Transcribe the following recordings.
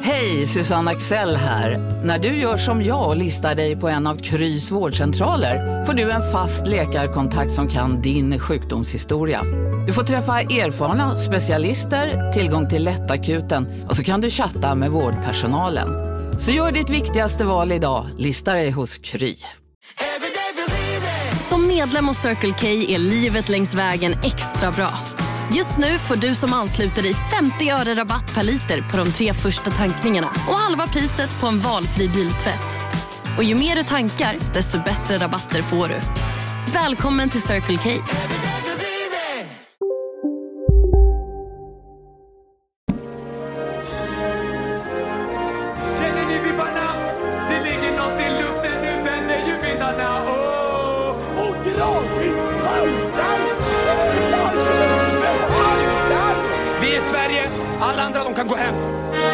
Hej, Susanne Axel här. När du gör som jag och listar dig på en av Krys vårdcentraler får du en fast läkarkontakt som kan din sjukdomshistoria. Du får träffa erfarna specialister, tillgång till lättakuten och så kan du chatta med vårdpersonalen. Så gör ditt viktigaste val idag, listar dig hos Kry. Som medlem hos Circle K är livet längs vägen extra bra. Just nu får du som ansluter dig 50 öre rabatt per liter på de 3 första tankningarna och halva priset på en valfri biltvätt. Och ju mer du tankar, desto bättre rabatter får du. Välkommen till Circle K. Känner ni vibbarna? Det ligger något i luften, nu vänder ju vindarna. Och gradvis vi är Sverige, alla andra de kan gå hem.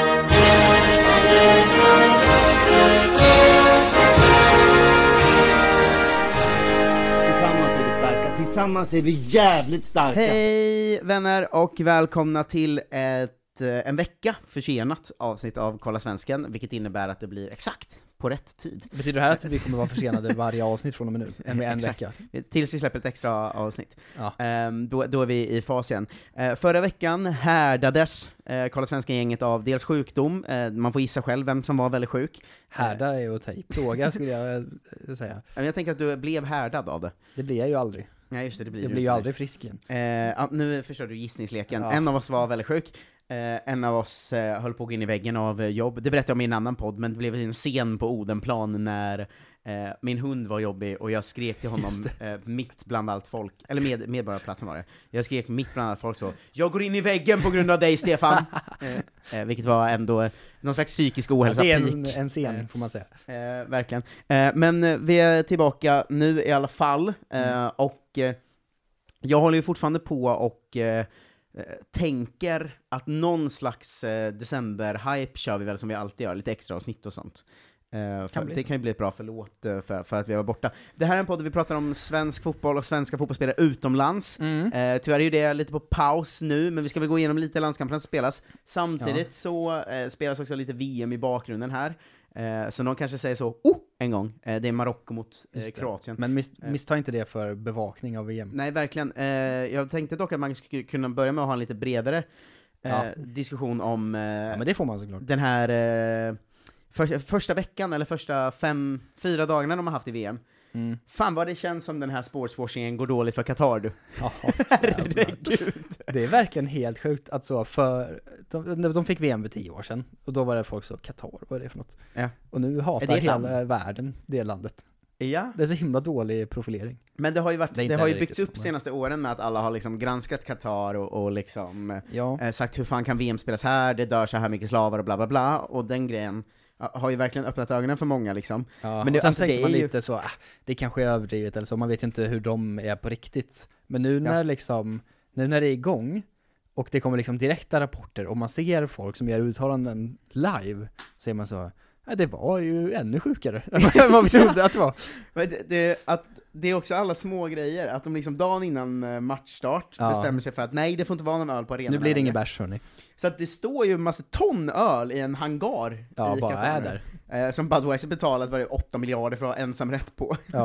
Tillsammans är vi starka, tillsammans är vi jävligt starka. Hej vänner och välkomna till en vecka försenat avsnitt av Kolla Svensken, vilket innebär att det blir exakt på rätt tid. Betyder det här att vi kommer vara försenade varje avsnitt från och med nu? En vecka? Tills vi släpper ett extra avsnitt. Ja. Då är vi i fas igen. Förra veckan härdades Kolla Svensken-gänget av dels sjukdom, man får gissa själv vem som var väldigt sjuk. Härda är att ta i. Fråga skulle jag säga. Jag tänker att du blev härdad av det. Det blir jag ju aldrig. Nej, just det, det blir jag blir ju aldrig frisk igen. Nu förstår du gissningsleken. Ja. En av oss var väldigt sjuk. En av oss höll på att gå in i väggen av jobb. Det berättade jag om i en annan podd, men det blev en scen på Odenplan när min hund var jobbig och jag skrek till honom mitt bland allt folk, eller medborgarplatsen var det. Jag skrek mitt bland allt folk så: jag går in i väggen på grund av dig, Stefan! Vilket var ändå någon slags psykisk ohälsa. Ja, det är en scen, får man säga. Verkligen. Men vi är tillbaka nu i alla fall, och jag håller ju fortfarande på och tänker att någon slags december-hype kör vi väl som vi alltid gör, lite extra avsnitt och sånt. Det kan ju bli ett bra förlåt för att vi var borta. Det här är en podd där vi pratar om svensk fotboll och svenska fotbollsspelare utomlands. Tyvärr är ju det lite på paus nu, men vi ska väl gå igenom lite landskamperna som spelas. Samtidigt så spelas också lite VM i bakgrunden här. Så någon kanske säger så, en gång. Det är Marocko mot Kroatien. Men missta inte det för bevakning av VM. Nej, verkligen. Jag tänkte dock att man skulle kunna börja med att ha en lite bredare diskussion om men det får man såklart. den här första veckan, eller första 4 dagarna de har haft i VM. Fan vad det känns som den här sportswashingen går dåligt för Qatar, du. Herregud. Det är verkligen helt sjukt att så, för de fick VM för 10 år sedan och då var det folk så, Qatar, vad är det för något? Ja. Och nu hatar hela världen det landet. Ja. Det är så himla dålig profilering. Men det har ju byggts upp så, senaste åren med att alla har liksom granskat Qatar och liksom sagt hur fan kan VM spelas här, det dör så här mycket slavar och bla bla bla, och den grejen har ju verkligen öppnat ögonen för många liksom. Ja, men och sen alltså, tänkte man ju lite så, det kanske är överdrivet eller så, man vet ju inte hur de är på riktigt. Men nu när nu när det är igång och det kommer liksom direkta rapporter och man ser folk som gör uttalanden live, så är man så, det var ju ännu sjukare än vad vi trodde att det var. Det är också alla små grejer, att de liksom dagen innan matchstart bestämmer sig för att nej, det får inte vara någon öl på arenan. Nu blir det ingen bärs, hörni. Så att det står ju en massa ton öl i en hangar i bara Qatar, är där. som Budweiser betalat var det 8 miljarder för att ha ensam rätt på. Ja.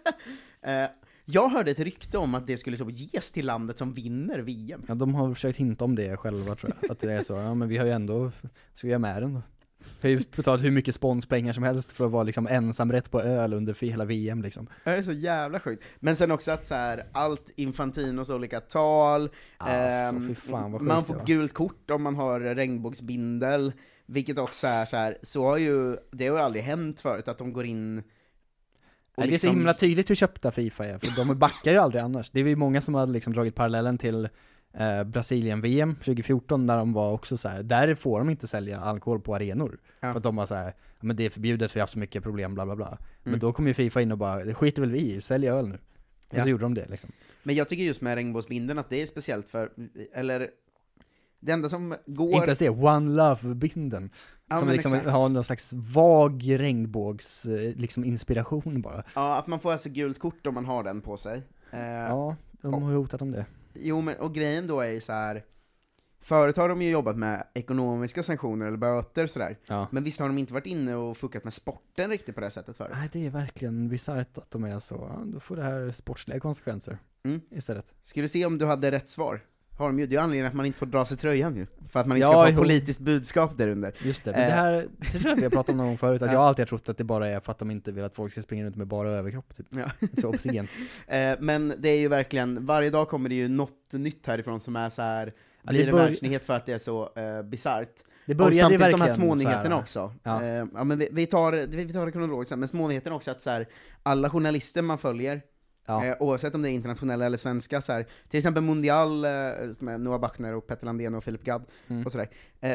Jag hörde ett rykte om att det skulle så ges till landet som vinner VM. Ja, de har försökt hinta om det själva, tror jag. Att det är så, men vi har ju ändå, ska vi göra med den då? Vi har ju betalat hur mycket sponspengar som helst för att vara liksom ensam rätt på öl under hela VM liksom. Det är så jävla sjukt. Men sen också att så här, allt Infantinos olika tal, fy fan, vad sjukt man får gult kort om man har regnbågsbindel, vilket också är så här, det har ju aldrig hänt förut att de går in och det är så liksom himla tydligt hur köpta FIFA är, för de backar ju aldrig annars. Det är ju många som har liksom dragit parallellen till Brasilien-VM 2014 när de var också så här, där får de inte sälja alkohol på arenor. För att de var så här, men det är förbjudet för vi har haft så mycket problem, bla bla bla. Men då kom ju FIFA in och bara, det skiter väl vi i, sälja öl nu. Och så gjorde de det liksom. Men jag tycker just med regnbågsbinden att det är speciellt för, eller det enda som går... Inte ens det, One Love-binden. Som liksom har någon slags vag regnbågs liksom inspiration bara. Ja, att man får alltså gult kort om man har den på sig. Ja, de har hotat om det. Jo, men och grejen då är ju så här, Förut har de ju jobbat med ekonomiska sanktioner eller böter sådär. Ja. Men visst har de inte varit inne och fuckat med sporten riktigt på det sättet förut? Nej, det är verkligen bisarrt att de är så. Ja, då får det här sportsliga konsekvenser istället. Ska du se om du hade rätt svar? Har de ju, det är anledningen att man inte får dra sig tröjan ju. För att man inte Ja, ska få politiskt budskap där under. Just det, men det här tror jag vi har pratat om någon gång förut, att jag alltid har trott att det bara är för att de inte vill att folk ska springa runt med bara överkropp typ. Ja. Så obscent. Men det är ju verkligen, varje dag kommer det ju något nytt härifrån som är så här. Ja, Blir det världsnyhet för att det är så bisarrt. Det Och började ju samtidigt verkligen de här smånyheterna så här. också. Ja. Ja, men vi tar det kronologiskt, men smånyheterna också att så här, alla journalister man följer, oavsett om det är internationella eller svenska, så här, till exempel Mundial med Noah Bachner och Petter Landén och Filip Gadd och sådär.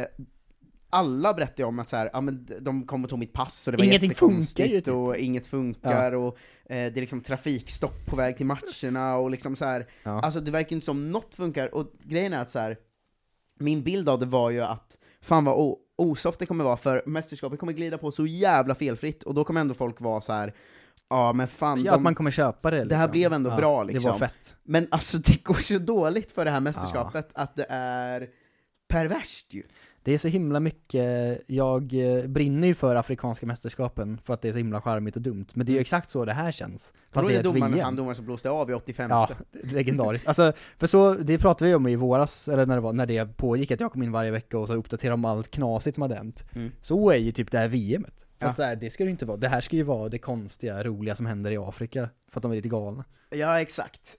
Alla berättar ju om att så här, ja, men de kom och tog mitt pass och det var Ingenting jättekonstigt funkar ju typ. och inget funkar och det är liksom trafikstopp på väg till matcherna och liksom så här. Alltså det verkar inte som något funkar, och grejen är att så här, min bild av det var ju att fan vad osoft det kommer vara, för mästerskapet kommer glida på så jävla felfritt, och då kommer ändå folk vara så här. Ja men fan, att man kommer köpa det liksom. Det här blev ändå bra liksom. Det var fett. Men alltså det går så dåligt för det här mästerskapet att det är perverst ju. Det är så himla mycket, jag brinner ju för afrikanska mästerskapen för att det är så himla charmigt och dumt, men det är ju exakt så det här känns. Fast det är ett VM. Han domaren som blåste av i 85. Ja, legendariskt. Alltså, för så, det pratade vi om i våras, eller när det pågick, att jag kom in varje vecka och så uppdaterade om allt knasigt som hade hänt. Så är ju typ det här VMet. Fast så här, det ska det inte vara. Det här ska ju vara det konstiga, roliga som händer i Afrika, för att de är lite galna. Ja, exakt.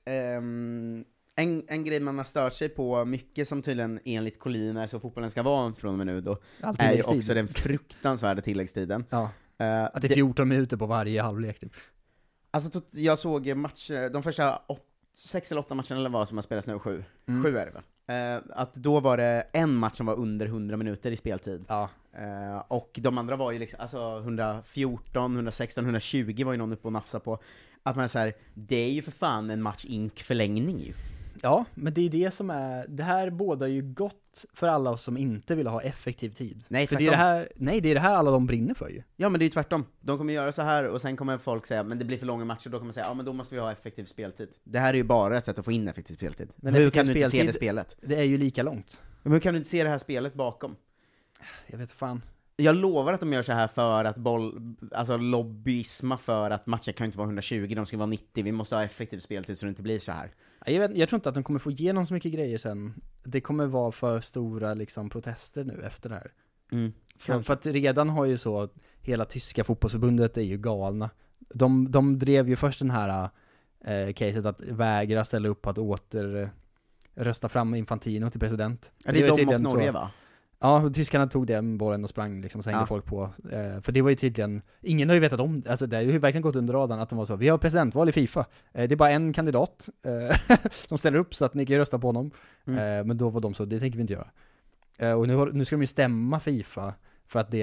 En grej man har stört sig på mycket, som tydligen enligt Collin är så fotbollen ska vara från och med nu då, är ju också den fruktansvärda tilläggstiden. Ja. Att det är 14 minuter på varje halvlek typ. Alltså jag såg matcher, de första 6 eller 8 matcherna eller vad som har spelats nu, 7 är det väl. Att då var det en match som var under 100 minuter i speltid. Ja. Och de andra var ju liksom, alltså 114, 116, 120 var ju någon uppe och nafsa på. Att man så här, det är ju för fan en match ink förlängning ju. Ja, men det är det som är, det här båda ju gott för alla oss som inte vill ha effektiv tid. Nej, för det är det här alla de brinner för ju. Ja, men det är ju tvärtom. De kommer göra så här och sen kommer folk säga, men det blir för långa matcher, då kommer man säga, ja men då måste vi ha effektiv speltid. Det här är ju bara ett sätt att få in effektiv speltid. Men hur kan du inte se det spelet? Det är ju lika långt. Men hur kan du inte se det här spelet bakom? Jag vet fan. Jag lovar att de gör så här för att alltså lobbyisma för att matcher kan inte vara 120, de ska vara 90, vi måste ha effektiv speltid så det inte blir så här. Jag tror inte att de kommer få igenom så mycket grejer sen. Det kommer vara för stora liksom protester nu efter det här. För att redan har ju så, hela tyska fotbollsförbundet är ju galna. De drev ju först den här caset att vägra ställa upp på att rösta fram Infantino till president. Ja, det är de och Norge va? Ja, tyskarna tog den bollen och sprang liksom, så hängde folk på. För det var ju tydligen, ingen har ju vetat om, alltså det har ju verkligen gått under radarn att de var så, vi har presidentval i FIFA. Det är bara en kandidat som ställer upp så att ni kan rösta på honom. Men då var de så, det tänker vi inte göra. Och nu ska de ju stämma FIFA för att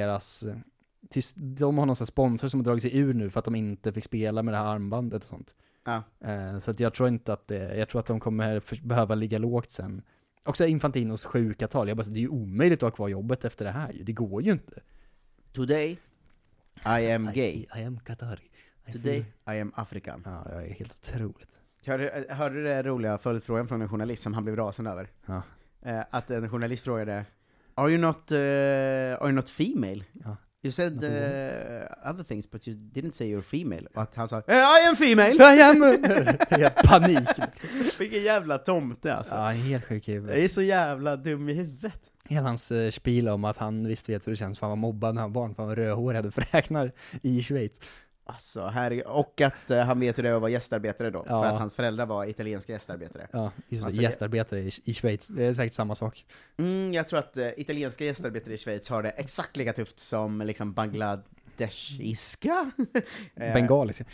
de har någon sån sponsor som har dragit sig ur nu för att de inte fick spela med det här armbandet och sånt. Så att jag tror inte att jag tror att de kommer behöva ligga lågt sen. Också Infantinos sjuka tal. Jag bara, det är ju omöjligt att ha kvar jobbet efter det här. Det går ju inte. Today I am gay. I am Qatari. Today I am African. Ja, jag är helt otroligt. Hörde du det roliga följdfrågan från en journalist som han blev rasande över? Ja. Att en journalist frågade, Are you not female? Ja. You said other things but you didn't say you're female. Och att han sa, I am female! I am! Det är helt panik. Vilken jävla tomte alltså. Ja, helt sjuk i huvudet. Jag är så jävla dum i huvudet. Hela hans spil om att han visst vet hur det känns för han var mobbad när han var barn, för han var rödhårig, och fräknar i Schweiz. Alltså, och att han vet hur det är att vara gästarbetare då, för att hans föräldrar var italienska gästarbetare. Ja, just alltså, gästarbetare i Schweiz, det är säkert samma sak. Jag tror att italienska gästarbetare i Schweiz har det exakt lika tufft som liksom bangladeshiska Bengaliska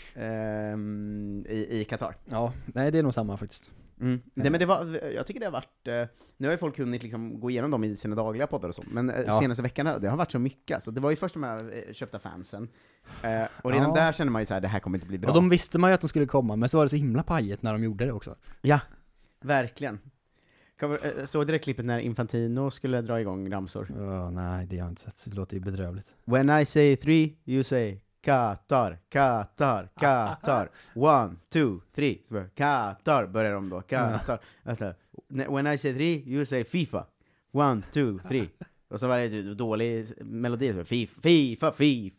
i Qatar. Ja, nej det är nog samma faktiskt. Nej, men jag tycker det har varit, nu har ju folk hunnit liksom gå igenom dem i sina dagliga poddar och så, men senaste veckan det har varit så mycket, alltså, det var ju först de här köpta fansen, och redan där känner man ju så här, det här kommer inte bli bra. Och de visste man ju att de skulle komma, men så var det så himla pajet när de gjorde det också. Ja, verkligen. Såg det klippet när Infantino skulle dra igång ramsor? Nej, det har jag inte sett, det låter ju bedrövligt. When I say 3, you say Qatar, Qatar, Qatar. 1, 2, 3. Qatar börjar de då. Qatar. Alltså, when I say 3, you say FIFA. 1, 2, 3. Och så var det dålig melodi. FIFA.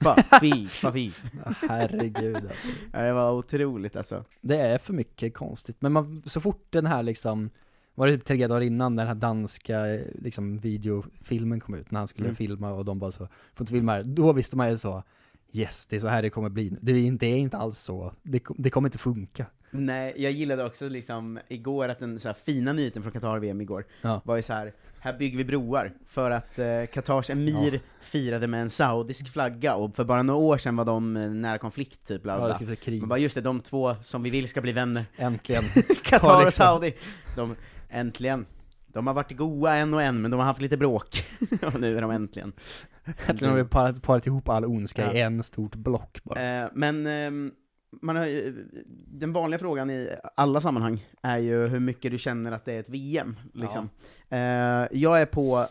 Herregud alltså. Ja, det var otroligt alltså. Det är för mycket konstigt. Men så fort den här liksom, var det typ 3 dagar innan den här danska liksom videofilmen kom ut, när han skulle filma och de bara så, får inte filma här. Då visste man ju så, yes, det är så här det kommer bli. Det är inte alls så. Det kommer inte funka. Nej, jag gillade också liksom igår att den så här fina nyheten från Qatar-VM igår var ju så här bygger vi broar för att Qatars emir firade med en saudisk flagga, och för bara några år sedan var de nära konflikt typ, bla bla. Men bara just det, de två som vi vill ska bli vänner. Äntligen. Qatar och Saudi. Äntligen. De har varit goa en och en, men de har haft lite bråk. Och nu är de äntligen. Äntligen har vi parat ihop all ondska i en stort block bara. Man har, den vanliga frågan i alla sammanhang är ju hur mycket du känner att det är ett VM liksom. Jag är på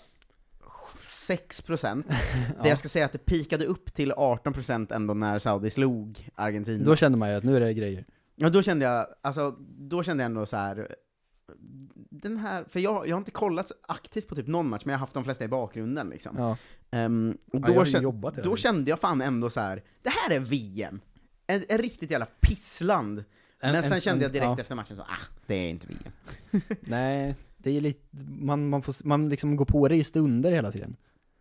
6%. Det jag ska säga att det pikade upp till 18% ändå när Saudi slog Argentina. Då kände man ju att nu är det grejer. Ja, då kände jag ändå så här, den här, för jag har inte kollat aktivt på typ någon match, men jag har haft de flesta i bakgrunden liksom. Och då kände jag fan ändå så här, det här är VM. En riktigt jävla pissland. Men sen kände jag direkt efter matchen så, det är inte VM. Nej, det är lite, man liksom går på det i stunder hela tiden.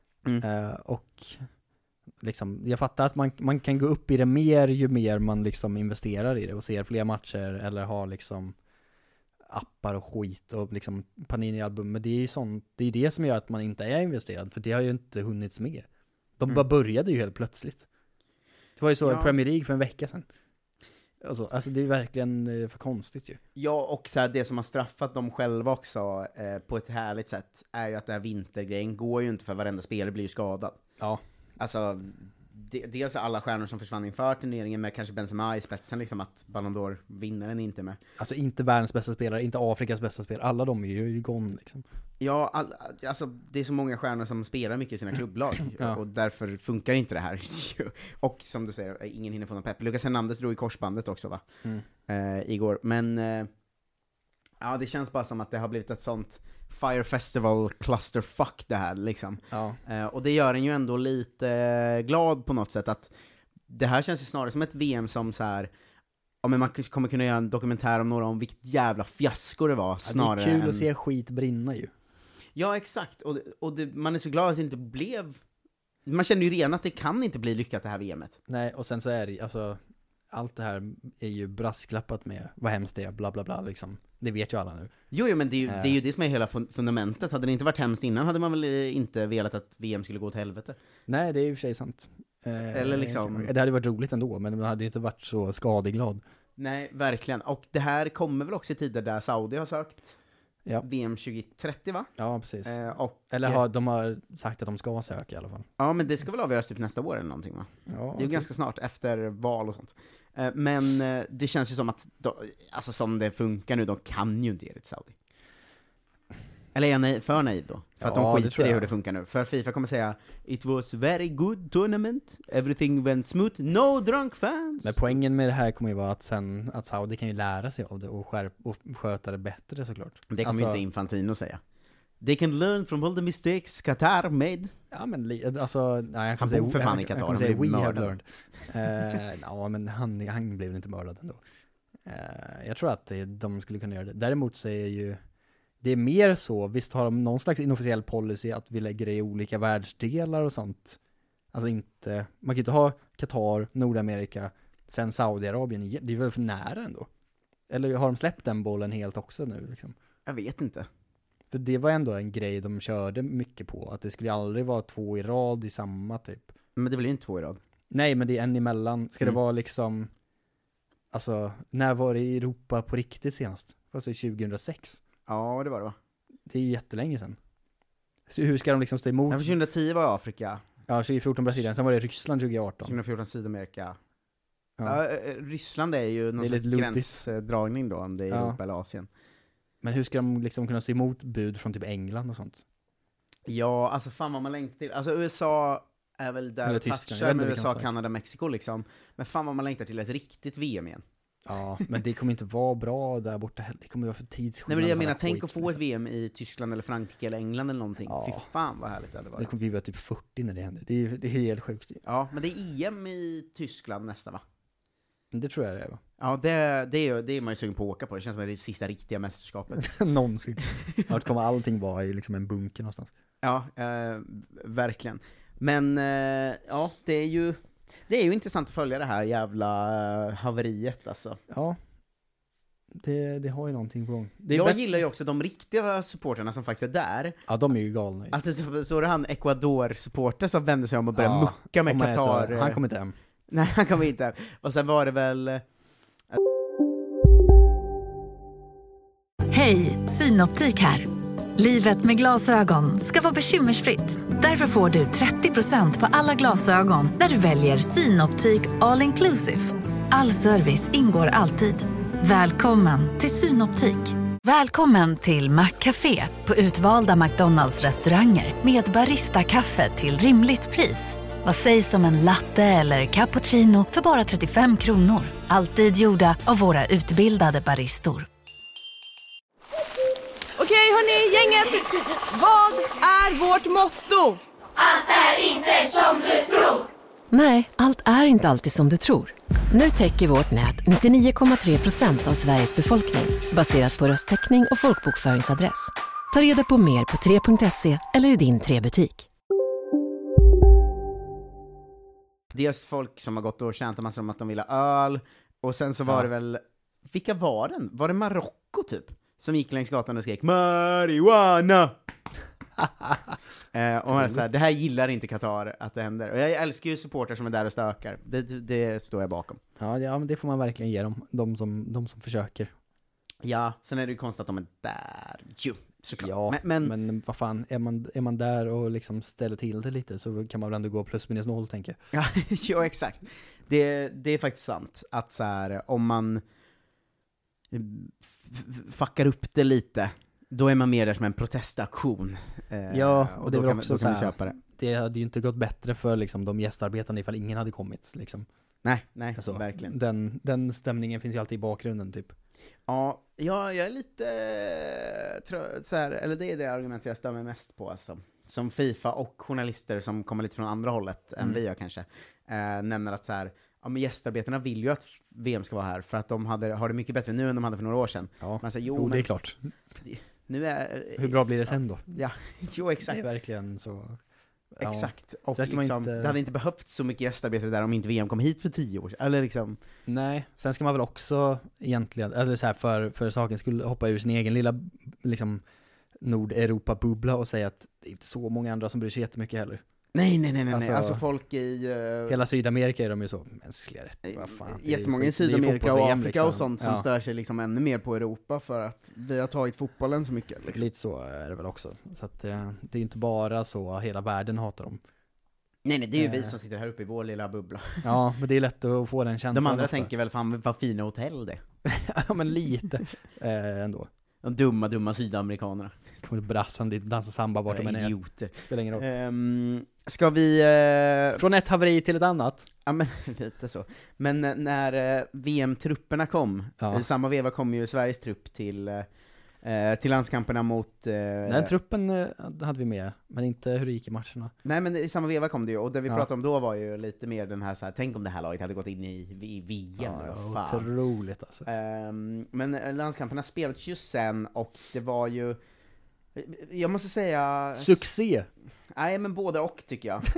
Och liksom, jag fattar att man kan gå upp i det mer ju mer man liksom investerar i det och ser fler matcher eller har liksom appar och skit och liksom Panini-album. Men det är ju sånt, det är det som gör att man inte är investerad, för det har ju inte hunnits med. De bara började ju helt plötsligt. Det var ju så i Premier League för en vecka sedan. Alltså det är verkligen för konstigt ju. Ja, och så här, det som har straffat dem själva också på ett härligt sätt är ju att det här vintergrejen går ju inte, för varenda spelare blir ju skadad. Ja. Alltså, dels alla stjärnor som försvann inför turneringen med kanske Benzema i spetsen, liksom att Ballon d'Or vinnaren inte med. Alltså inte världens bästa spelare, inte Afrikas bästa spelare, alla de är ju igång liksom. Ja, alltså det är så många stjärnor som spelar mycket i sina klubblag och därför funkar inte det här. Och som du säger, ingen hinner få någon pepp. Lucas Hernandez drog i korsbandet också va? Igår, men ja, det känns bara som att det har blivit ett sånt Fire Festival clusterfuck det här liksom. Och det gör en ju ändå lite glad på något sätt, att det här känns ju snarare som ett VM som så här, men man kommer kunna göra en dokumentär om några om vilket jävla fiasko det var, snarare det är kul att se skit brinna ju. Ja, exakt. Och man är så glad att det inte blev, man känner ju redan att det kan inte bli lyckat det här VMet. Nej, och sen så är det, alltså allt det här är ju brasklappat med vad hemskt det är, bla bla bla liksom. Det vet ju alla nu. Jo, men det är ju det som är hela fundamentet. Hade det inte varit hemskt innan hade man väl inte velat att VM skulle gå åt helvete. Nej, det är ju för sig sant. Eller liksom, det hade varit roligt ändå, men det hade inte varit så skadeglad. Nej, verkligen. Och det här kommer väl också i tider där Saudi har sökt VM 2030, va? Ja, precis. Eller de har sagt att de ska söka i alla fall. Ja, men det ska väl avgöras typ nästa år eller någonting, va? Ja, det är ju ganska snart, efter val och sånt. Men det känns ju som att alltså som det funkar nu, de kan ju inte ge det till Saudi. Eller är jag för naiv då? För att de skiter i hur det funkar nu. För FIFA kommer säga it was very good tournament, everything went smooth, no drunk fans. Men poängen med det här kommer ju vara att att Saudi kan ju lära sig av det och sköta det bättre såklart. Det kommer ju inte Infantino säga. They can learn from all the mistakes Qatar made. Ja, men alltså, nej, han bor för fan i Qatar. Han säga we have learned. Ja, men han blev inte mördad ändå. Jag tror att de skulle kunna göra det. Däremot så är ju det är mer så, visst har de någon slags inofficiell policy att vi lägger det i olika världsdelar och sånt. Alltså inte, man kan ju inte ha Qatar, Nordamerika, sen Saudiarabien, det är väl för nära ändå. Eller har de släppt den bollen helt också nu liksom? Jag vet inte. För det var ändå en grej de körde mycket på, att det skulle aldrig vara 2 i rad i samma typ. Men det blir ju inte 2 i rad. Nej, men det är en emellan. Ska det vara liksom, alltså, när var det i Europa på riktigt senast? Alltså 2006? Ja, det var det, va? Det är ju jättelänge sedan. Så hur ska de liksom stå emot? 2010 var Afrika. Ja, 2014 Brasilien. Sen var det Ryssland 2018. 2014 Sydamerika. Ja. Ryssland är ju någon sorts gränsdragning då, om det är Europa eller Asien. Men hur ska de liksom kunna stå emot bud från typ England och sånt? Ja, alltså fan vad man längtar till. Alltså USA är väl där och touchar med USA, Kanada, Mexiko liksom. Men fan vad man längtar till ett riktigt VM igen. Ja, men det kommer inte vara bra där borta heller. Det kommer vara för tidsskillnad. Nej, men jag menar, tänk att få ett VM i Tyskland eller Frankrike eller England eller någonting. Ja. Fy fan vad härligt det hade varit. Det kommer bli typ 40 när det händer. Det är helt sjukt. Ja, men det är EM i Tyskland nästa, va? Men det tror jag det är, va? Ja, det är man ju sugen på att åka på. Det känns som det sista riktiga mästerskapet. Någonsin. Snart kommer allting vara i liksom en bunker någonstans. Ja, verkligen. Men ja, det är ju intressant att följa det här jävla haveriet alltså. Ja, det har ju någonting på gång. Jag gillar ju också de riktiga supporterna som faktiskt är där. Ja, de är ju galna. Att det så är han Ecuador-supporter som vände sig om och började mucka med Qatar. Han kommer inte hem. Nej, han kommer inte hem. Och sen var det väl... Hej, Synoptik här. Livet med glasögon ska vara bekymmersfritt. Därför får du 30% på alla glasögon när du väljer Synoptik All Inclusive. All service ingår alltid. Välkommen till Synoptik. Välkommen till McCafé på utvalda McDonalds-restauranger med Barista-kaffe till rimligt pris. Vad sägs om en latte eller cappuccino för bara 35 kronor? Alltid gjorda av våra utbildade baristor. Okej hörni, gänget! Vad är vårt motto? Allt är inte som du tror! Nej, allt är inte alltid som du tror. Nu täcker vårt nät 99,3% av Sveriges befolkning baserat på röstteckning och folkbokföringsadress. Ta reda på mer på 3.se eller i din 3-butik. Dels folk som har gått och tjänat massor om att de vill ha öl, och sen så var det väl, vilka var den? Var det Marocko typ? Som gick längs gatan och skrek marijuana! Och man är så här, det här gillar inte Qatar att det händer. Och jag älskar ju supporter som är där och stökar. Det står jag bakom. Ja, men det får man verkligen ge dem. De som försöker. Ja, sen är det ju konstigt att de är där. Jo, såklart. Ja, men vad fan, är man där och liksom ställer till det lite så kan man väl ändå gå plus minus noll, tänker jag. Ja, exakt. Det är faktiskt sant att så här, om man fuckar upp det lite, då är man mer där som en protestaktion. Ja, och det är väl också så här, det hade ju inte gått bättre för liksom de gästarbetarna ifall ingen hade kommit liksom. Nej, alltså, verkligen. Den stämningen finns ju alltid i bakgrunden typ. Ja, jag är lite så här, eller det är det argumentet jag stör mig mest på alltså. Som FIFA och journalister som kommer lite från andra hållet än vi gör kanske, nämner att så här, ja, men gästarbetarna vill ju att VM ska vara här för att de har det mycket bättre nu än de hade för några år sedan. Ja, men så, men det är klart. Nu hur bra blir det sen då? Ja, jo exakt. Det är verkligen så. Ja. Exakt. Och liksom, det hade inte behövt så mycket gästarbetare där om inte VM kom hit för 10 år sedan. Eller liksom. Nej, sen ska man väl också egentligen, eller så här, för saken skulle hoppa ur sin egen lilla liksom Nordeuropa-bubbla och säga att det är inte så många andra som bryr sig jättemycket heller. Nej. Alltså folk i... hela Sydamerika är de ju så mänskliga rätt. Jättemånga i Sydamerika och Afrika liksom. Och sånt som stör sig liksom ännu mer på Europa för att vi har tagit fotbollen så mycket. Liksom. Lite så är det väl också. Så att det är inte bara så hela världen hatar dem. Nej, det är ju vi som sitter här uppe i vår lilla bubbla. Ja, men det är lätt att få den känslan. De andra ofta. tänker väl, fan vad fina hotell det. Ja, men lite ändå. De dumma sydamerikanerna. Kommer brassande dit, dansa samba bort med idioter. Spelar ingen roll. Ska vi... Från ett haveri till ett annat? Ja, men lite så. Men när VM-trupperna kom, i samma veva kom ju Sveriges trupp till landskamperna mot... Den truppen hade vi med, men inte hur det gick i matcherna. Nej, men i samma veva kom det ju, och det vi pratade om då var ju lite mer den här så här, tänk om det här laget hade gått in i VM. Ja, otroligt alltså. Men landskamperna spelades ju sen, och det var ju... Jag måste säga... Succé! Nej, men både och tycker jag.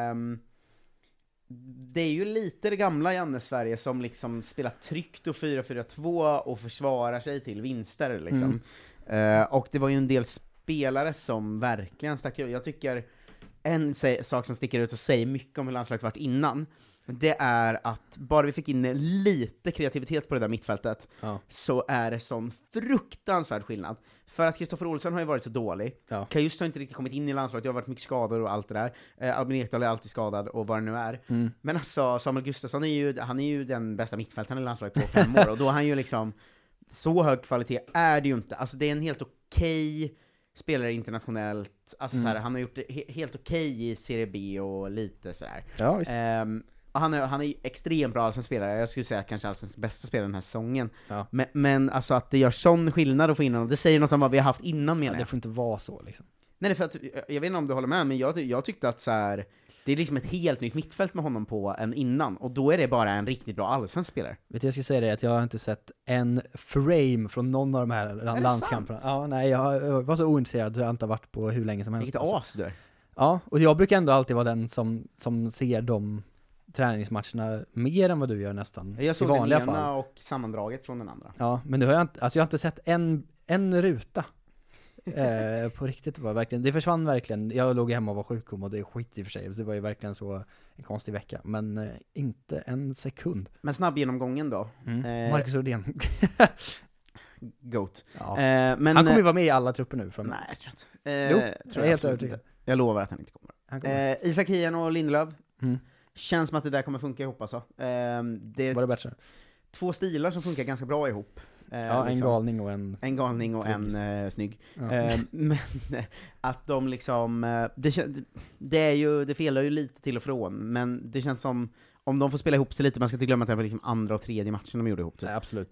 Det är ju lite det gamla Janne Sverige som liksom spelar tryggt och 4-4-2 och försvarar sig till vinster liksom. Och det var ju en del spelare som verkligen stack ut. Jag tycker en sak som sticker ut och säger mycket om hur landslaget varit innan, det är att bara vi fick in lite kreativitet på det där mittfältet, så är det sån fruktansvärd skillnad. För att Kristoffer Olsson har ju varit så dålig. Kajust har inte riktigt kommit in i landslaget, det har varit mycket skador och allt det där. Albin Ekdal är alltid skadad och vad det nu är. Men alltså, Samuel Gustafsson är ju den bästa mittfältaren i landslaget på 5 år. Och då har han ju liksom, så hög kvalitet är det ju inte. Alltså det är en helt okej spelare internationellt. Alltså så här, han har gjort det helt okej i Serie B och lite sådär. Ja, visst. Han är ju extremt bra allsvensk spelare. Jag skulle säga kanske allsvensk bästa spelare den här säsongen. Ja. Men alltså att det gör sån skillnad att få in honom, det säger något om vad vi har haft innan, menar jag. Det får inte vara så liksom. Nej, för att, jag vet inte om du håller med, men jag tyckte att så här, det är liksom ett helt nytt mittfält med honom på än innan, och då är det bara en riktigt bra allsvensk spelare. Vet du, jag ska säga det, att jag har inte sett en frame från någon av de här landskamperna. Ja, nej, jag var så ointresserad, jag har inte varit på hur länge som helst. Vilket as du är. Ja, och jag brukar ändå alltid vara den som ser de träningsmatcherna mer än vad du gör nästan. Jag såg i vanliga den ena fall. och sammandraget från den andra. Ja, men det har jag har inte sett en ruta. På riktigt var verkligen, det försvann verkligen. Jag låg hemma och var sjuk och det är skit i och för sig. Det var ju verkligen så en konstig vecka, men inte en sekund. Men snabb genomgången då. Marcus Rodén. Goat. Ja. Men, han kommer ju vara med i alla trupper nu. Nej, jag tror inte. Jo, tror jag är helt övertygad. Jag lovar att han inte kommer. Isak Hien och Lindelöf. Mm. Känns som att det där kommer funka ihop alltså. Det är var det bättre? 2 stilar som funkar ganska bra ihop. Ja, liksom. En galning och en... En galning och en snygg. Ja. Men att de liksom... Det felar ju lite till och från, men det känns som om de får spela ihop sig lite, man ska inte glömma att det var liksom andra och tredje matchen de gjorde ihop. Typ. Nej, absolut.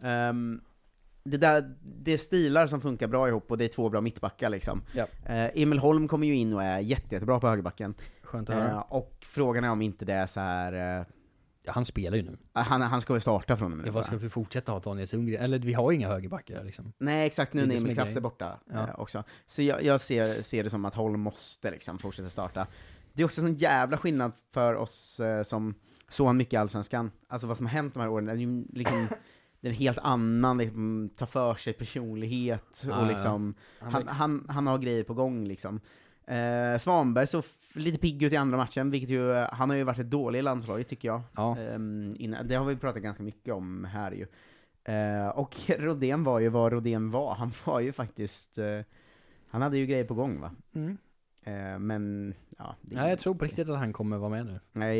Det är stilar som funkar bra ihop, och det är 2 bra mittbackar liksom. Ja. Emil Holm kommer ju in och är jättebra på högerbacken. Skönt att höra. Och frågan är om inte det är så här... Ja, han spelar ju nu. Han ska väl starta från och med. Ja, vad ska vi fortsätta ha Daniel Sundgren? Eller vi har ju inga högerbackar liksom. Nej, exakt, nu när Emil Kraft är borta också. Så jag ser det som att Holm måste liksom fortsätta starta. Det är också en jävla skillnad för oss som så mycket allsvenskan. Alltså vad som har hänt de här åren, det är ju liksom... Det är en helt annan, liksom, ta för sig personlighet, och liksom, han har grejer på gång liksom. Svanberg så lite pigg ut i andra matchen, vilket ju, han har ju varit ett dålig i landslaget tycker jag. Ja. Det har vi pratat ganska mycket om här ju. Och Rodén var ju vad Rodén var. Han var ju faktiskt, han hade ju grejer på gång, va? Mm. Men ja, nej, jag tror på riktigt att han kommer vara med nu. Nej,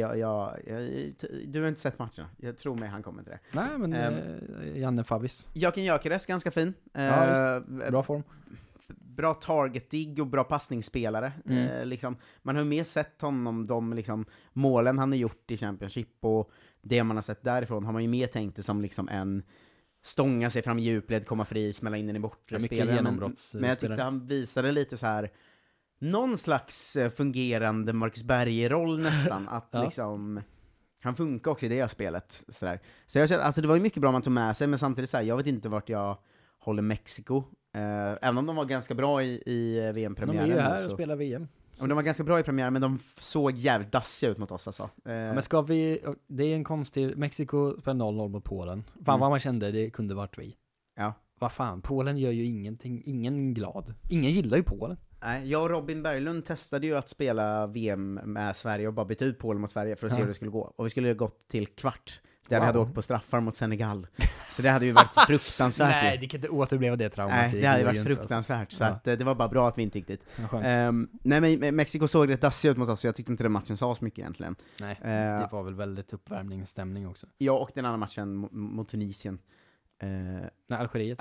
du har inte sett matcherna. Jag tror mig han kommer till det. Nej, men Janne Favis. Joakim Gyökeres, ganska fin. Ja, visst. Bra form. Bra targetig och bra passningsspelare. Liksom, man har ju mer sett honom, de liksom, målen han har gjort i Championship och det man har sett därifrån har man ju mer tänkt det som liksom en stånga sig fram i djupled, komma fri, smälla in den i bortre spelare. Men jag tyckte han visade lite så här någon slags fungerande Marcus Berg-roll nästan, att liksom han funkar också i det spelet sådär. Så jag kände, alltså det var ju mycket bra man tog med sig, men samtidigt så här, jag vet inte vart jag håller Mexiko. Även om de var ganska bra i VM-premiären. De är ju här och spelar VM. Och de var ganska bra i premiären, men de såg jävligt dassiga ut mot oss alltså. Men ska vi, det är en konstig, Mexiko spelar 0-0 mot Polen. Fan vad man kände, det kunde varit vi. Ja. Vad fan, Polen gör ju ingenting, ingen glad. Ingen gillar ju Polen. Nej, jag och Robin Berglund testade ju att spela VM med Sverige och bara byta ut Polen mot Sverige för att se hur det skulle gå. Och vi skulle ju gått till kvart. Där vi hade åkt på straffar mot Senegal. Så det hade ju varit fruktansvärt. Nej, det kan inte återuppleva det traumat. Nej, det hade varit fruktansvärt. Alltså. Så att, det var bara bra att vi inte gick dit. Nej, men Mexiko såg rätt dassigt ut mot oss, så jag tyckte inte den matchen sa så mycket egentligen. Nej, det var väl väldigt uppvärmningsstämning också. Ja, och den andra matchen mot Tunisien. Nej, Algeriet.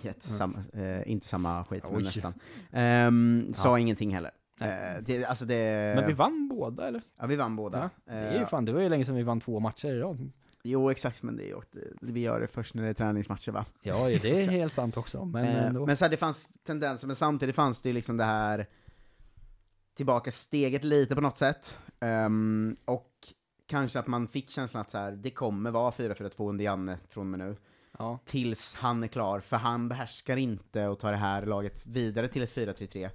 Inte samma skit, men nästan. Sa ingenting heller. Men vi vann båda, eller? Ja, vi vann båda. Ja, det var ju länge sedan vi vann 2 matcher idag. Jo, exakt, men vi gör det först när det är träningsmatcher, va? Ja, det är helt sant också. Men så här, det fanns tendenser, men samtidigt fanns det ju liksom det här tillbaka steget lite på något sätt. Och kanske att man fick känslan att så här, det kommer vara 4-4-2 under Janne från mig nu. Ja. Tills han är klar, för han behärskar inte att ta det här laget vidare till ett 4-3-3.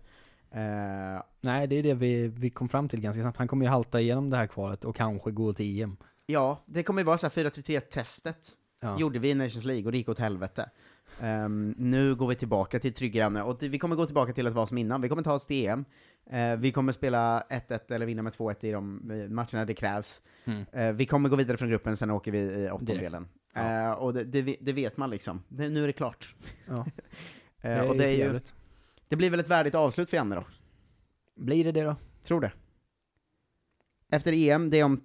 Nej, det är det vi kom fram till ganska snabbt. Han kommer ju halta igenom det här kvalet och kanske gå till EM. Ja, det kommer ju vara så här 4-3-3-testet. Gjorde vi i Nations League och det gick åt helvete. Nu går vi tillbaka till trygga Janne, och vi kommer gå tillbaka till att vara som innan. Vi kommer ta oss till EM. Vi kommer spela 1-1 eller vinna med 2-1 i de matcherna det krävs. Vi kommer gå vidare från gruppen, sen åker vi i åttondelen. Och det vet man liksom. Nu är det klart. Ja. Och det är ju, det blir väl ett värdigt avslut för Janne då? Blir det då? Tror det. Efter EM, det är om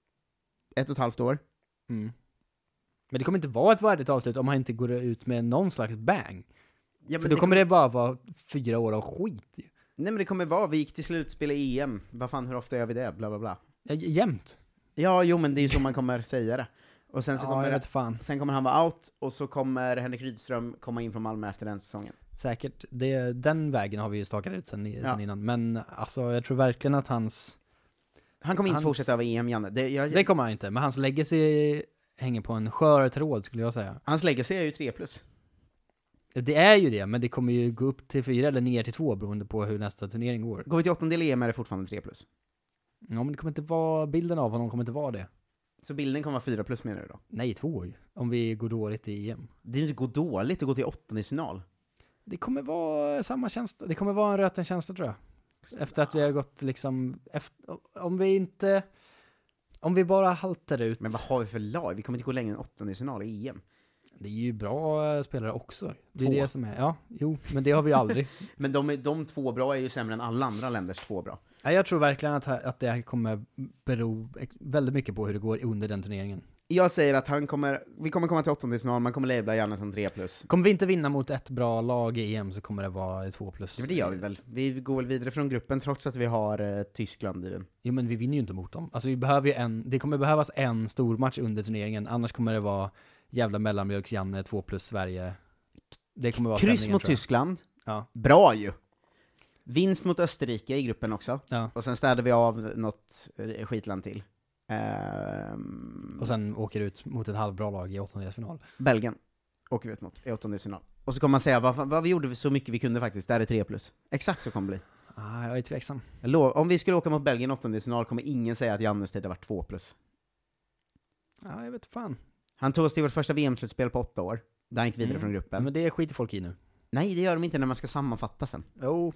1,5 år. Men det kommer inte vara ett värdigt avslut om han inte går ut med någon slags bang. Ja, för då kommer det bara vara 4 år av skit ju. Nej, men det kommer vara, vi gick till slutspel i EM. Vad fan, hur ofta gör vi det? Bla bla bla. Jämt. Ja, jo, men det är ju så man kommer säga det. Och sen så Ja, kommer, jag vet fan. sen kommer han vara out, och så kommer Henrik Rydström komma in från Malmö efter den säsongen. Säkert. Den vägen har vi ju stakat ut sen innan. Men alltså, jag tror verkligen att han kommer inte fortsätta över EM, Janne. Det kommer han inte, men hans legacy hänger på en skör tråd, skulle jag säga. Hans legacy är ju 3+. Det är ju det, men det kommer ju gå upp till 4 eller ner till 2 beroende på hur nästa turnering går. Går vi till 8:e EM är det fortfarande 3+. Ja, men det kommer inte vara, bilden av honom kommer inte vara det. Så bilden kommer vara 4+ menar du då? Nej, 2 ju. Om vi går dåligt i EM. Det är ju inte gå dåligt att gå till 8:e final. Det kommer vara samma känsla. Det kommer vara en röten känsla, tror jag. Efter att vi har gått liksom... Om vi bara haltar ut... Men vad har vi för lag? Vi kommer inte gå längre än 8:e final i EM. Det är ju bra spelare också. Det är det som är... Ja, jo, men det har vi ju aldrig. Men de 2 bra är ju sämre än alla andra länders 2 bra. Ja, jag tror verkligen att det här kommer bero väldigt mycket på hur det går under den turneringen. Jag säger att vi kommer komma till 8:e final, man kommer labla gärna som 3+. Kommer vi inte vinna mot ett bra lag i EM så kommer det vara 2+. Ja, det gör vi väl. Vi går väl vidare från gruppen trots att vi har Tyskland i den. Jo, men vi vinner ju inte mot dem. Alltså vi behöver ju det kommer behövas en stor match under turneringen, annars kommer det vara jävla mellanmjölks-Janne 2+ Sverige. Det kommer vara kryss mot Tyskland. Ja. Bra ju. Vinst mot Österrike i gruppen också. Ja. Och sen städar vi av något skitland till. Och sen åker ut mot ett halvbra lag i 8:e-final. Belgien åker vi ut mot i 8:e-final. Och så kommer man säga, vad vi gjorde så mycket vi kunde faktiskt. Där är 3+. Exakt så kommer det bli. Jag är tveksam. Om vi skulle åka mot Belgien i 8:e-final kommer ingen säga att Jannes tid har varit 2+. Ja, jag vet fan. Han tog oss till vårt första VM-slutspel på 8 år. Där han gick vidare från gruppen. Men det skiter folk i nu. Nej, det gör de inte när man ska sammanfatta sen. Jo,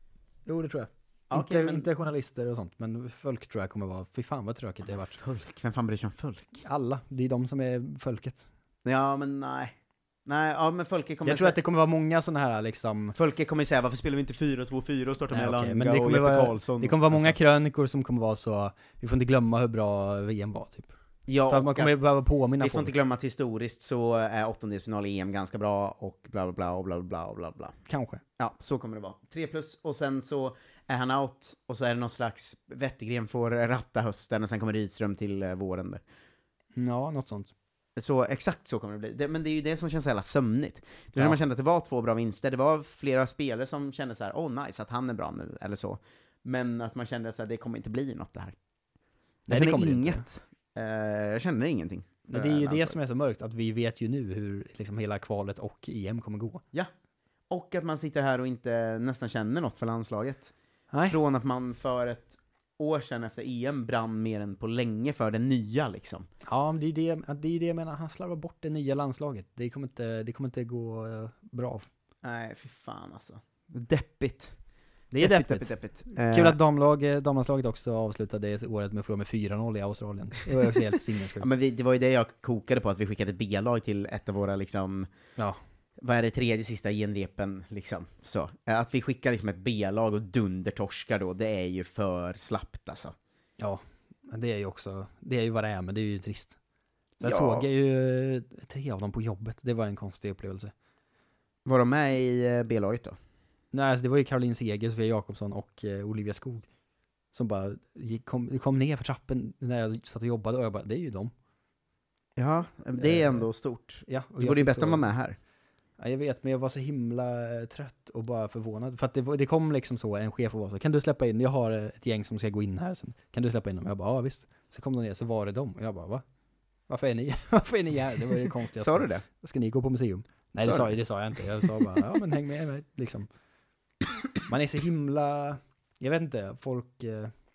det tror jag. Inte journalister och sånt, men folk tror jag kommer vara, fy fan vad tråkigt det har varit. Folk? Vem fan bryr sig om folk? Alla, det är de som är folket. Ja, men nej. Ja, men folket kommer jag tror att det kommer vara många sådana här liksom... Folket kommer säga, varför spelar vi inte 4-2-4 och startar med Langa men det och Jeppe Karlsson? Det kommer vara många krönikor som kommer vara så, vi får inte glömma hur bra VM var typ. Ja, för att man kommer behöva påminna vi får inte glömma att historiskt så är 8:e-final i EM ganska bra och bla bla bla och bla bla bla bla. Kanske. Ja, så kommer det vara. 3+, och sen så är han out, och så är det någon slags Wettergren får ratta hösten, och sen kommer Rydström till våren där. Ja, något sånt. Så exakt så kommer det bli. Men det är ju det som känns så jävla sömnigt. Då när man kände att det var 2 bra vinster, det var flera spelare som kände så här, nice att han är bra nu, eller så. Men att man kände att det kommer inte bli något det här. Jag känner inget. Jag känner ingenting. Men det är ju det som är så mörkt, att vi vet ju nu hur liksom hela kvalet och EM kommer gå. Ja, och att man sitter här och inte nästan känner något för landslaget. Nej. Från att man för ett år sedan efter EM brann mer än på länge för det nya liksom. Ja, det är det jag menar, han slarvar bort det nya landslaget. Det kommer inte gå bra. Nej, fy fan alltså. Deppigt. Det är deppigt. Kul att damlandslaget också avslutade året med att förlora med 4-0 i Australien. Det var också helt sinnessjukt. Ja, men det var ju det jag kokade på, att vi skickade ett B-lag till ett av våra liksom... Ja. Vad är det tredje sista genrepen liksom? Så. Att vi skickar liksom ett B-lag och dundertorskar då, det är ju för slappt alltså. Ja, det är ju också... Det är ju vad det är, men det är ju trist. Så jag såg ju 3 av dem på jobbet. Det var en konstig upplevelse. Var de med i B-laget då? Nej, alltså det var ju Caroline Seger, Sofia Jakobsson och Olivia Skog som bara kom ner för trappen när jag satt och jobbade, och jag bara, det är ju dem. Ja, det är ändå stort. Ja, du borde ju bättre vara med här. Ja, jag vet, men jag var så himla trött och bara förvånad. För att det kom liksom så, en chef och var så, kan du släppa in, jag har ett gäng som ska gå in här sen. Kan du släppa in dem? Jag bara, ja visst. Så kom de ner, så var det dem. Och jag bara, va? Varför är ni här? Det var ju konstigt. Sa du det? Ska ni gå på museum? Nej, det sa jag inte. Jag sa bara, ja men häng med mig, liksom. Man är så himla, jag vet inte, folk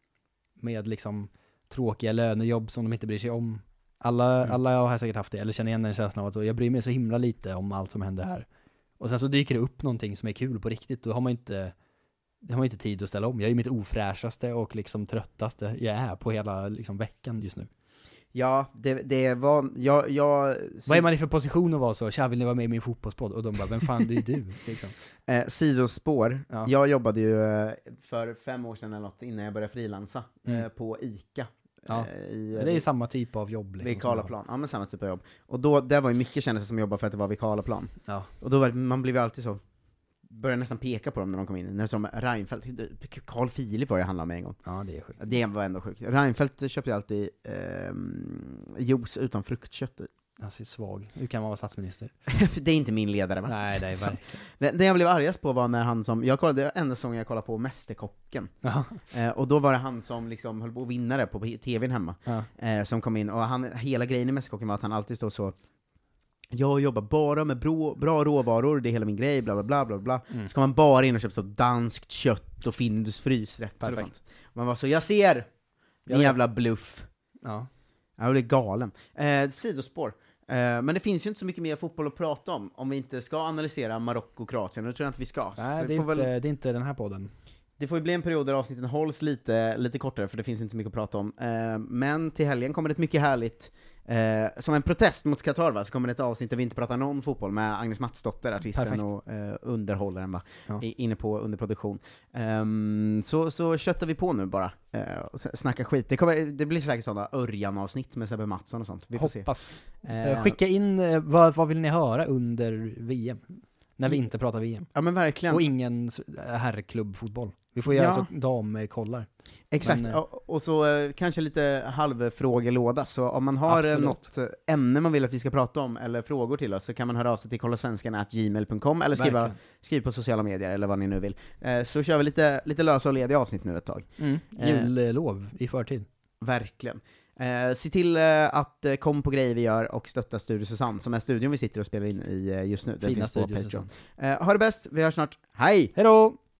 med liksom tråkiga lönejobb som de inte bryr sig om. Alla har säkert haft det, eller känner igen den känslan av att jag bryr mig så himla lite om allt som händer här. Och sen så dyker det upp någonting som är kul på riktigt, då har man inte tid att ställa om. Jag är mitt ofräschaste och liksom tröttaste jag är på hela liksom veckan just nu. Ja, det var... Vad är man i för position att vara så? Tja, vill ni vara med i min fotbollspodd? Och de bara, vem fan, det är du? Liksom. Sidospår. Ja. Jag jobbade ju för 5 år sedan eller något, innan jag började frilansa på ICA. Ja, det är ju samma typ av jobb. Liksom, Vikaraplan. Ja, men samma typ av jobb. Och då, det var ju mycket kändisar som jobbade för att det var Vikaraplan. Ja. Och då man blev ju alltid så... började nästan peka på dem när de kom in. När som Reinfeldt, Carl Philip var jag handlade med en gång. Ja, det är sjukt. Det var ändå sjukt. Reinfeldt köpte alltid juice utan fruktkött i. Alltså svag. Hur kan man vara statsminister? Det är inte min ledare, va? Nej, det är verkligen. Det jag blev argast på var när han som, jag kollade en säsong jag kollade på Mästerkocken. Och då var det han som liksom höll på att vinna det på tvn hemma. Som kom in, och hela grejen i Mästerkocken var att han alltid stod så: jag jobbar bara med bra råvaror, det är hela min grej, bla bla bla bla bla. Så kan man bara in och köpa så danskt kött och Findus frysrätter och sånt. Man var så, jag ser! En jävla bluff. Ja, det är galen. Sidospår. Men det finns ju inte så mycket mer fotboll att prata om vi inte ska analysera Marocko och Kroatien. Det tror jag inte vi ska. Nej, det är inte den här podden. Det får ju bli en period där avsnitten hålls lite kortare, för det finns inte så mycket att prata om. Men till helgen kommer det ett mycket härligt, som en protest mot Qatar, va, så kommer det ett avsnitt där vi inte pratar någon fotboll med Agnes Matsdotter, artisten. Perfekt. Och underhållaren, va, inne på underproduktion. Så köttar vi på nu bara, och snackar skit. Det blir säkert sådana Örjan-avsnitt med Sebbe Mattsson och sånt. Vi får hoppas. Skicka in, vad vill ni höra under VM? När vi inte pratar VM. Ja, men verkligen. Och ingen herrklubbfotboll. Vi får göra alltså damkollar. Exakt, och så kanske lite halvfrågelåda. Så om man har något ämne man vill att vi ska prata om, eller frågor till oss, så kan man höra av sig till kollasvenskan@gmail.com, eller skriv på sociala medier, eller vad ni nu vill. Så kör vi lite lösa och lediga avsnitt nu ett tag. Jullov i förtid. Verkligen. Se till att kom på grejer vi gör och stötta Studio Susanne, som är studion vi sitter och spelar in i just nu. Den finns på Patreon. Ha det bäst, vi hörs snart. Hej! Hej då!